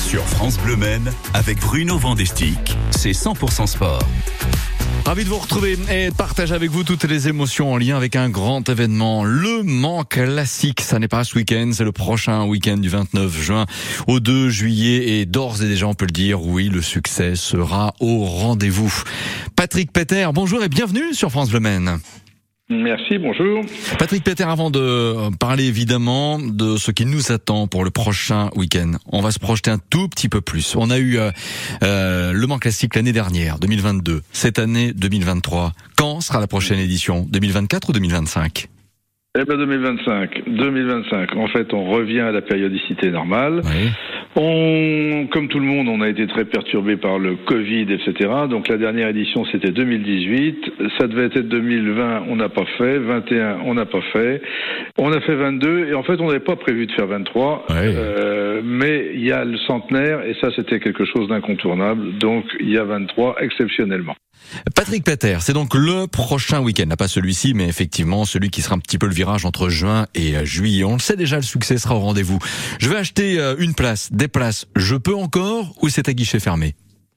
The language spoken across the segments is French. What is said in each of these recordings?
Sur France Bleu Maine, avec Bruno Vandestick, c'est 100% sport. Ravi de vous retrouver et de partager avec vous toutes les émotions en lien avec un grand événement, le Mans Classique. Ça n'est pas ce week-end, c'est le prochain week-end du 29 juin au 2 juillet et d'ores et déjà on peut le dire, oui, le succès sera au rendez-vous. Patrick Petter, bonjour et bienvenue sur France Bleu Maine. Merci, bonjour. Patrick Petter, avant de parler évidemment de ce qui nous attend pour le prochain week-end, on va se projeter un tout petit peu plus. On a eu le Mans Classique l'année dernière, 2022, cette année 2023. Quand sera la prochaine édition ? 2024 ou 2025 ? Eh ben 2025. En fait, on revient à la périodicité normale. Oui. Comme tout le monde, on a été très perturbé par le Covid, etc. Donc la dernière édition, c'était 2018. Ça devait être 2020, on n'a pas fait. 21, on n'a pas fait. On a fait 22, et en fait, on n'avait pas prévu de faire 23. Oui. Mais il y a le centenaire, et ça, c'était quelque chose d'incontournable. Donc, il y a 23, exceptionnellement. Patrick Petter, c'est donc le prochain week-end, pas celui-ci, mais effectivement celui qui sera un petit peu le virage entre juin et juillet. On le sait déjà, le succès sera au rendez-vous. Je vais acheter une place, des places. Je peux encore ou c'est à guichet fermé ?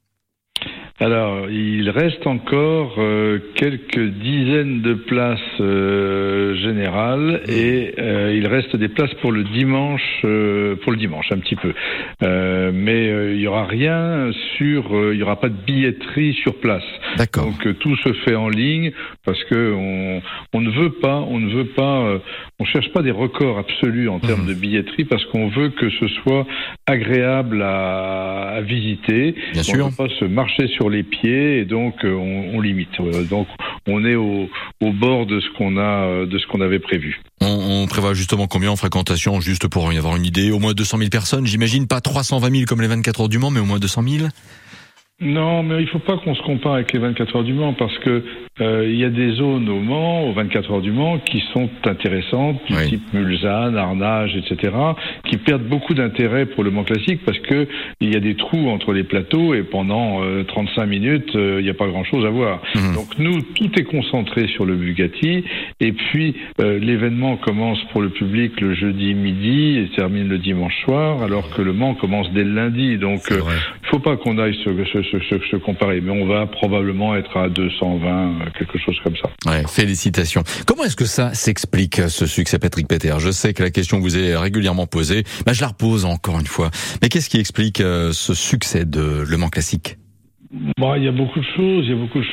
Alors, il reste encore quelques dizaines de places générales et il reste des places pour le dimanche, un petit peu. Mais il y aura rien il y aura pas de billetterie sur place. D'accord. Donc tout se fait en ligne parce que on ne veut pas, on cherche pas des records absolus en termes de billetterie parce qu'on veut que ce soit agréable à visiter. Bien sûr. On ne veut pas se marcher sur les pieds et donc on limite. Donc on est au bord de ce qu'on avait prévu. On prévoit justement combien en fréquentation, juste pour y avoir une idée ? Au moins 200 000 personnes, j'imagine, pas 320 000 comme les 24 heures du Mans, mais au moins 200 000 ? Non, mais il faut pas qu'on se compare avec les 24 heures du Mans parce que il y a des zones au Mans, aux 24 heures du Mans, qui sont intéressantes, du type Mulsanne, Arnage, etc., qui perdent beaucoup d'intérêt pour le Mans Classique parce que il y a des trous entre les plateaux et pendant 35 minutes, il n'y a pas grand-chose à voir. Donc nous, tout est concentré sur le Bugatti et puis l'événement commence pour le public le jeudi midi et termine le dimanche soir, alors que le Mans commence dès le lundi. Donc il faut pas qu'on aille se comparer, mais on va probablement être à 220, quelque chose comme ça. Ouais, félicitations. Comment est-ce que ça s'explique, ce succès, Patrick Petter ? Je sais que la question vous est régulièrement posée, je la repose encore une fois. Mais qu'est-ce qui explique ce succès de Le Mans Classique ? Il y a beaucoup de choses.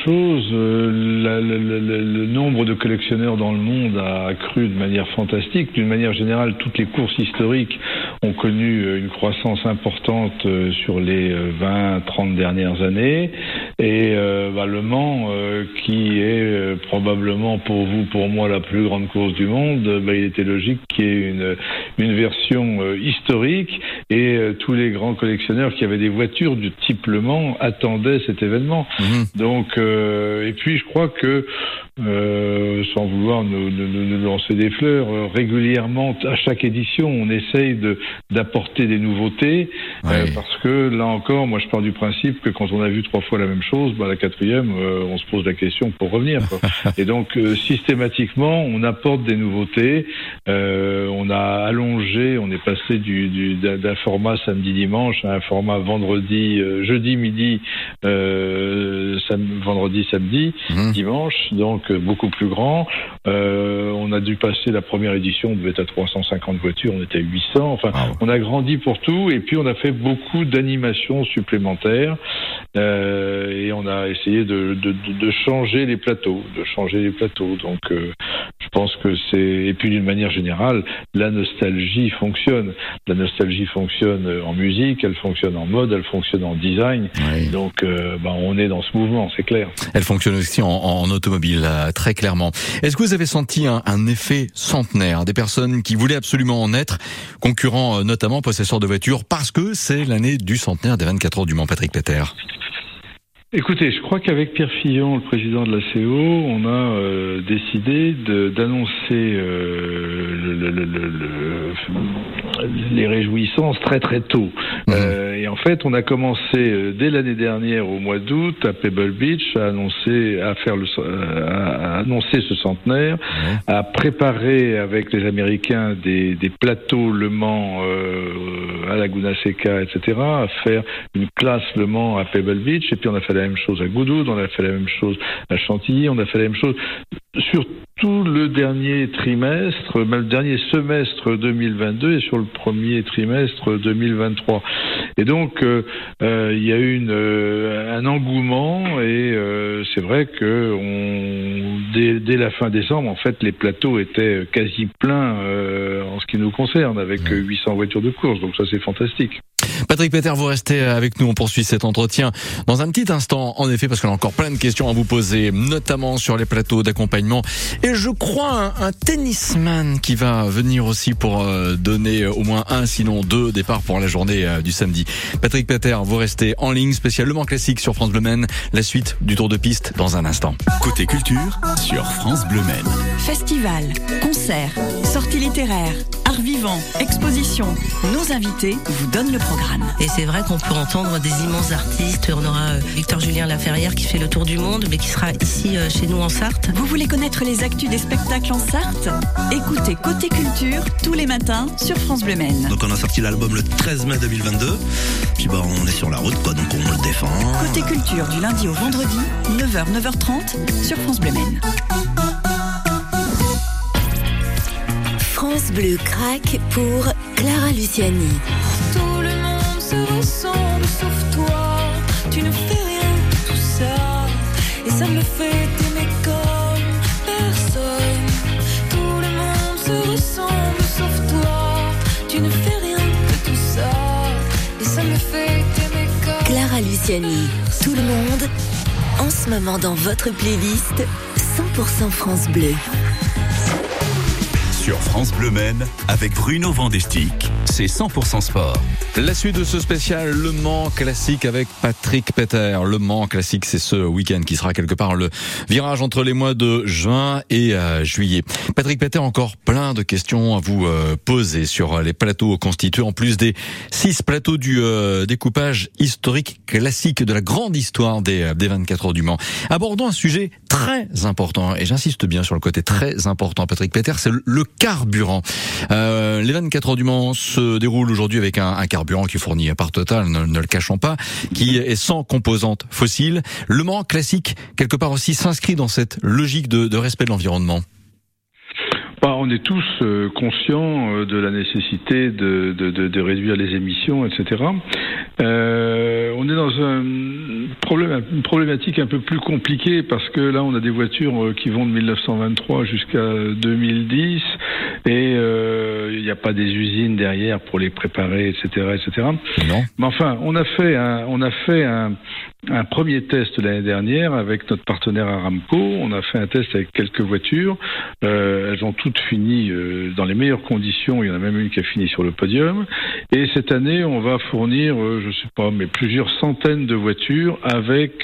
Le nombre de collectionneurs dans le monde a accru de manière fantastique. D'une manière générale, toutes les courses historiques ont connu une croissance importante sur les 20-30 dernières années. Et Le Mans, qui est probablement pour vous, pour moi, la plus grande course du monde, il était logique qu'il y ait une version historique. Et tous les grands collectionneurs qui avaient des voitures du type Le Mans attendaient cet événement. Donc, et puis je crois que, sans vouloir nous lancer des fleurs, régulièrement, à chaque édition, on essaye d'apporter des nouveautés, parce que là encore, moi je pars du principe que quand on a vu 3 fois la même chose, la 4e, on se pose la question pour revenir, quoi. Et donc, systématiquement, on apporte des nouveautés, on a allongé, on est passé d'un format samedi-dimanche à un format jeudi midi, vendredi, samedi, dimanche, donc beaucoup plus grand. On a dû passer la première édition, on devait être à 350 voitures, on était à 800. On a grandi pour tout, et puis on a fait beaucoup d'animations supplémentaires, et on a essayé de changer les plateaux, Donc, je pense que et puis d'une manière générale, la nostalgie fonctionne. La nostalgie fonctionne en musique, elle fonctionne en mode, elle fonctionne en design. Donc, on est dans ce mouvement, c'est clair. Elle fonctionne aussi en automobile, très clairement. Est-ce que vous avez senti un effet centenaire, des personnes qui voulaient absolument en être, concurrents notamment possesseurs de voitures, parce que c'est l'année du centenaire des 24 heures du Mans, Patrick Petter ? Écoutez, je crois qu'avec Pierre Fillon, le président de la CO, on a décidé d'annoncer les réjouissances très très tôt. Et en fait, on a commencé dès l'année dernière, au mois d'août, à Pebble Beach, à annoncer ce centenaire, à préparer avec les Américains des plateaux Le Mans à Laguna Seca, etc., à faire une classe Le Mans à Pebble Beach, et puis on a fait la même chose à Goudoud, on a fait la même chose à Chantilly, on a fait la même chose sur tout le dernier trimestre, même le dernier semestre 2022 et sur le premier trimestre 2023. Et donc, il y a eu un engouement et c'est vrai que dès la fin décembre, en fait, les plateaux étaient quasi pleins en ce qui nous concerne, avec 800 voitures de course. Donc ça, c'est fantastique. Patrick Peter, vous restez avec nous, on poursuit cet entretien dans un petit instant, en effet, parce qu'on a encore plein de questions à vous poser, notamment sur les plateaux d'accompagnement. Et je crois un tennisman qui va venir aussi pour donner au moins un, sinon deux départs pour la journée du samedi. Patrick Peter, vous restez en ligne, spécial Le Mans Classique sur France Bleu Maine. La suite du tour de piste dans un instant. Côté culture sur France Bleu Maine. Festival, concerts, sorties littéraires, art vivant, expositions. Nos invités vous donnent le programme. Et c'est vrai qu'on peut entendre des immenses artistes. On aura Victor Julien Laferrière qui fait le tour du monde, mais qui sera ici chez nous en Sarthe. Vous voulez connaître les actus des spectacles en Sarthe ? Écoutez Côté Culture tous les matins sur France Bleu Maine. Donc on a sorti l'album le 13 mai 2022. Puis on est sur la route, quoi, donc on le défend. Côté Culture du lundi au vendredi, 9h, 9h30 sur France Bleu Maine. France Bleu craque pour Clara Luciani. Tout le monde se ressemble sauf toi. Tu ne fais rien de tout ça. Et ça me fait t'aimer comme personne. Tout le monde se ressemble sauf toi. Tu ne fais rien de tout ça. Et ça me fait t'aimer comme Clara Luciani, tout le monde, en ce moment dans votre playlist 100% France Bleu. Sur France Bleu Maine, avec Bruno Vandestick, c'est 100% sport. La suite de ce spécial Le Mans Classique avec Patrick Peter. Le Mans Classique, c'est ce week-end qui sera quelque part le virage entre les mois de juin et juillet. Patrick Peter, encore plein de questions à vous poser sur les plateaux constitués, en plus des 6 plateaux du découpage historique classique de la grande histoire des 24 heures du Mans. Abordons un sujet très important, et j'insiste bien sur le côté très important, Patrick Peter, c'est le carburant. Les 24 heures du Mans se déroulent aujourd'hui avec un carburant qui est fourni par Total, ne le cachons pas, qui est sans composantes fossiles. Le Mans Classique, quelque part aussi, s'inscrit dans cette logique de respect de l'environnement. On est tous conscients de la nécessité de réduire les émissions, etc. On est dans une problématique un peu plus compliquée parce que là, on a des voitures qui vont de 1923 jusqu'à 2010 et il n'y a pas des usines derrière pour les préparer, etc., etc. Non. Mais enfin, on a fait un premier test l'année dernière avec notre partenaire Aramco. On a fait un test avec quelques voitures. Elles ont toutes fini dans les meilleures conditions. Il y en a même une qui a fini sur le podium. Et cette année, on va fournir, plusieurs centaines de voitures avec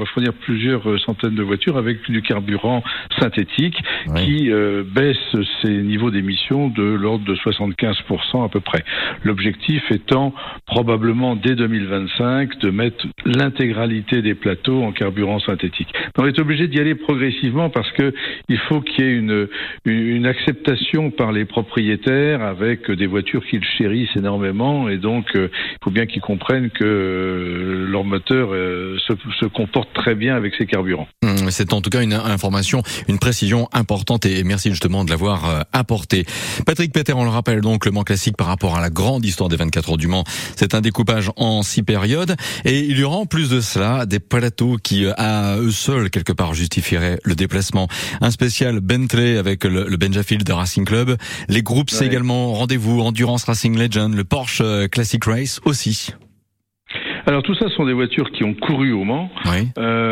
du carburant synthétique qui baisse ses niveaux d'émissions de l'ordre de 75% à peu près. L'objectif étant probablement dès 2025 de mettre l'intégralité des plateaux en carburant synthétique. On est obligé d'y aller progressivement parce que il faut qu'il y ait une acceptation par les propriétaires avec des voitures qu'ils chérissent énormément, et donc il faut bien qu'ils comprennent que leur moteur se comporte très bien avec ces carburants. C'est en tout cas une information, une précision importante, et merci justement de l'avoir apporté. Patrick Peter, on le rappelle donc, le Mans Classique par rapport à la grande histoire des 24 heures du Mans, c'est un découpage en 6 périodes, et il y aura en plus de cela des plateaux qui à eux seuls quelque part justifieraient le déplacement. Un spécial Bentley avec le Benjafield de Racing Club, les groupes c'est également Rendez-vous, Endurance Racing Legend, le Porsche Classic Race aussi. Alors tout ça sont des voitures qui ont couru au Mans, Oui.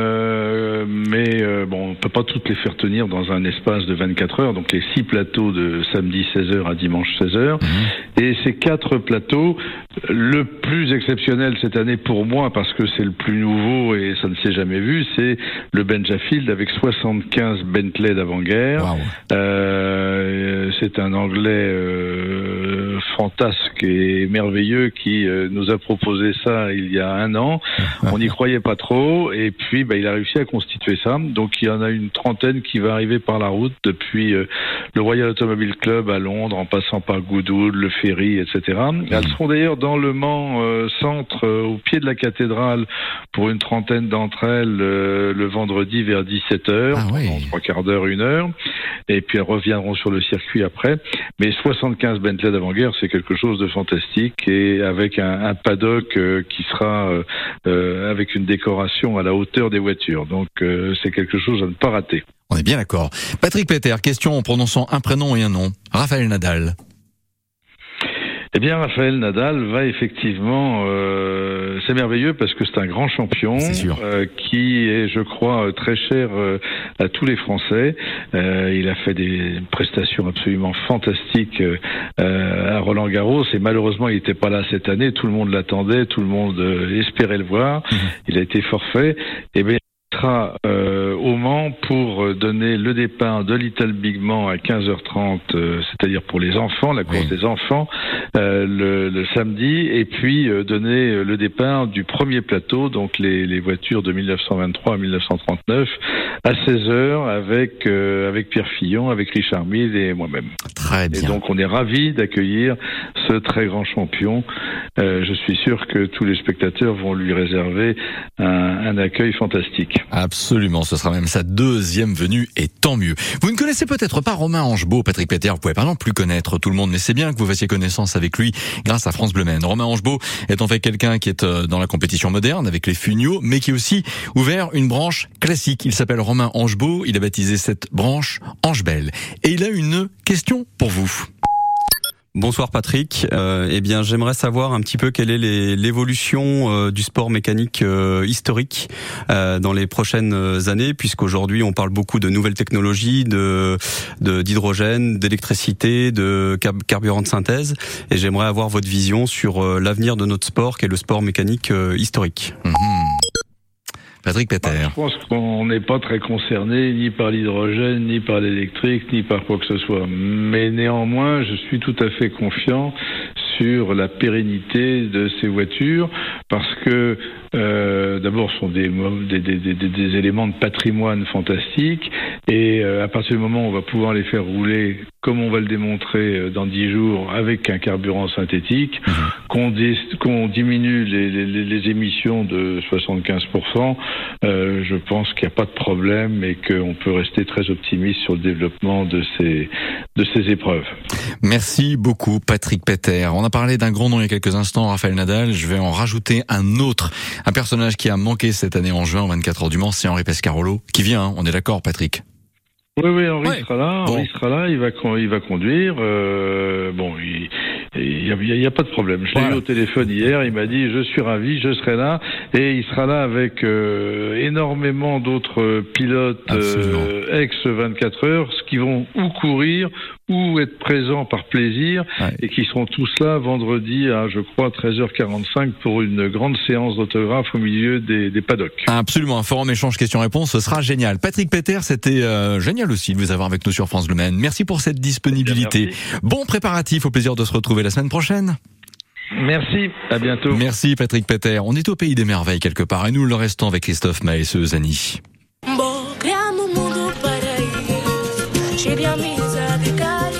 Mais bon, on peut pas toutes les faire tenir dans un espace de 24 heures, donc les 6 plateaux de samedi 16h à dimanche 16h, et ces 4 plateaux, le plus exceptionnel cette année pour moi, parce que c'est le plus nouveau et ça ne s'est jamais vu, c'est le Benjafield avec 75 Bentley d'avant-guerre. Wow. C'est un Anglais fantasque et merveilleux qui nous a proposé ça il y a 1 an. On n'y croyait pas trop, et puis il a réussi à constituer ça. Donc il y en a une trentaine qui va arriver par la route depuis le Royal Automobile Club à Londres, en passant par Goodwood, le Ferry, etc. Elles seront d'ailleurs dans le Mans centre, au pied de la cathédrale, pour une trentaine d'entre elles le vendredi vers 17h, pendant 3 quarts d'heure, 1 heure, et puis elles reviendront sur le circuit après. Mais 75 Bentley d'avant-guerre, c'est quelque chose de fantastique, et avec un paddock qui sera avec une décoration à la hauteur des voitures. Donc c'est quelque chose à ne pas rater. On est bien d'accord. Patrick Peter, question en prononçant un prénom et un nom. Raphaël Nadal. Eh bien, Raphaël Nadal va effectivement, c'est merveilleux parce que c'est un grand champion qui est, je crois, très cher à tous les Français. Il a fait des prestations absolument fantastiques à Roland-Garros, et malheureusement, il n'était pas là cette année. Tout le monde l'attendait, tout le monde espérait le voir. Il a été forfait. Eh bien, sera au Mans pour donner le départ de Little Big Mans à 15h30, c'est-à-dire pour les enfants, la course des enfants, le samedi, et puis donner le départ du premier plateau, donc les voitures de 1923 à 1939, à 16h avec Pierre Fillon, avec Richard Mille et moi-même. Très bien. Et donc on est ravis d'accueillir ce très grand champion. Je suis sûr que tous les spectateurs vont lui réserver un accueil fantastique. Absolument, ce sera même sa 2e venue, et tant mieux. Vous ne connaissez peut-être pas Romain Angebaud, Patrick Peter, vous pouvez pas non plus connaître tout le monde, mais c'est bien que vous fassiez connaissance avec lui grâce à France Bleu Maine. Romain Angebaud est en fait quelqu'un qui est dans la compétition moderne avec les Fugno, mais qui a aussi ouvert une branche classique. Il s'appelle Romain Angebaud, il a baptisé cette branche Angebelle. Et il a une question pour vous. Bonsoir Patrick. Eh bien, j'aimerais savoir un petit peu quelle est l'évolution du sport mécanique historique dans les prochaines années, puisqu'aujourd'hui on parle beaucoup de nouvelles technologies, d'hydrogène, d'électricité, de carburant de synthèse, et j'aimerais avoir votre vision sur l'avenir de notre sport, qui est le sport mécanique historique. Patrick Peter. Je pense qu'on n'est pas très concerné ni par l'hydrogène, ni par l'électrique, ni par quoi que ce soit. Mais néanmoins, je suis tout à fait confiant sur la pérennité de ces voitures, parce que d'abord ce sont des éléments de patrimoine fantastiques, et à partir du moment où on va pouvoir les faire rouler, comme on va le démontrer dans 10 jours, avec un carburant synthétique, qu'on diminue les émissions de 75%, je pense qu'il n'y a pas de problème et qu'on peut rester très optimiste sur le développement de ces épreuves. Merci beaucoup Patrick Peter. On a parlé d'un grand nom il y a quelques instants, Raphaël Nadal. Je vais en rajouter un autre, un personnage qui a manqué cette année en juin aux 24 heures du Mans, c'est Henri Pescarolo, qui vient, on est d'accord Patrick? Oui, Henri sera là. Bon. Henri sera là, il va conduire. Il y a pas de problème. Je l'ai eu au téléphone hier, il m'a dit je suis ravi, je serai là, et il sera là avec énormément d'autres pilotes ex 24 heures, qui vont ou courir ou être présents par plaisir, et qui seront tous là vendredi à, je crois, 13h45 pour une grande séance d'autographes au milieu des paddocks. Absolument, un forum échange questions-réponses, ce sera génial. Patrick Peter, c'était génial aussi de vous avoir avec nous sur France Bleu Maine. Merci pour cette disponibilité. Bon préparatif, au plaisir de se retrouver la semaine prochaine. Merci, à bientôt. Merci Patrick Peter. On est au pays des merveilles quelque part, et nous le restons avec Christophe Maé, Zani.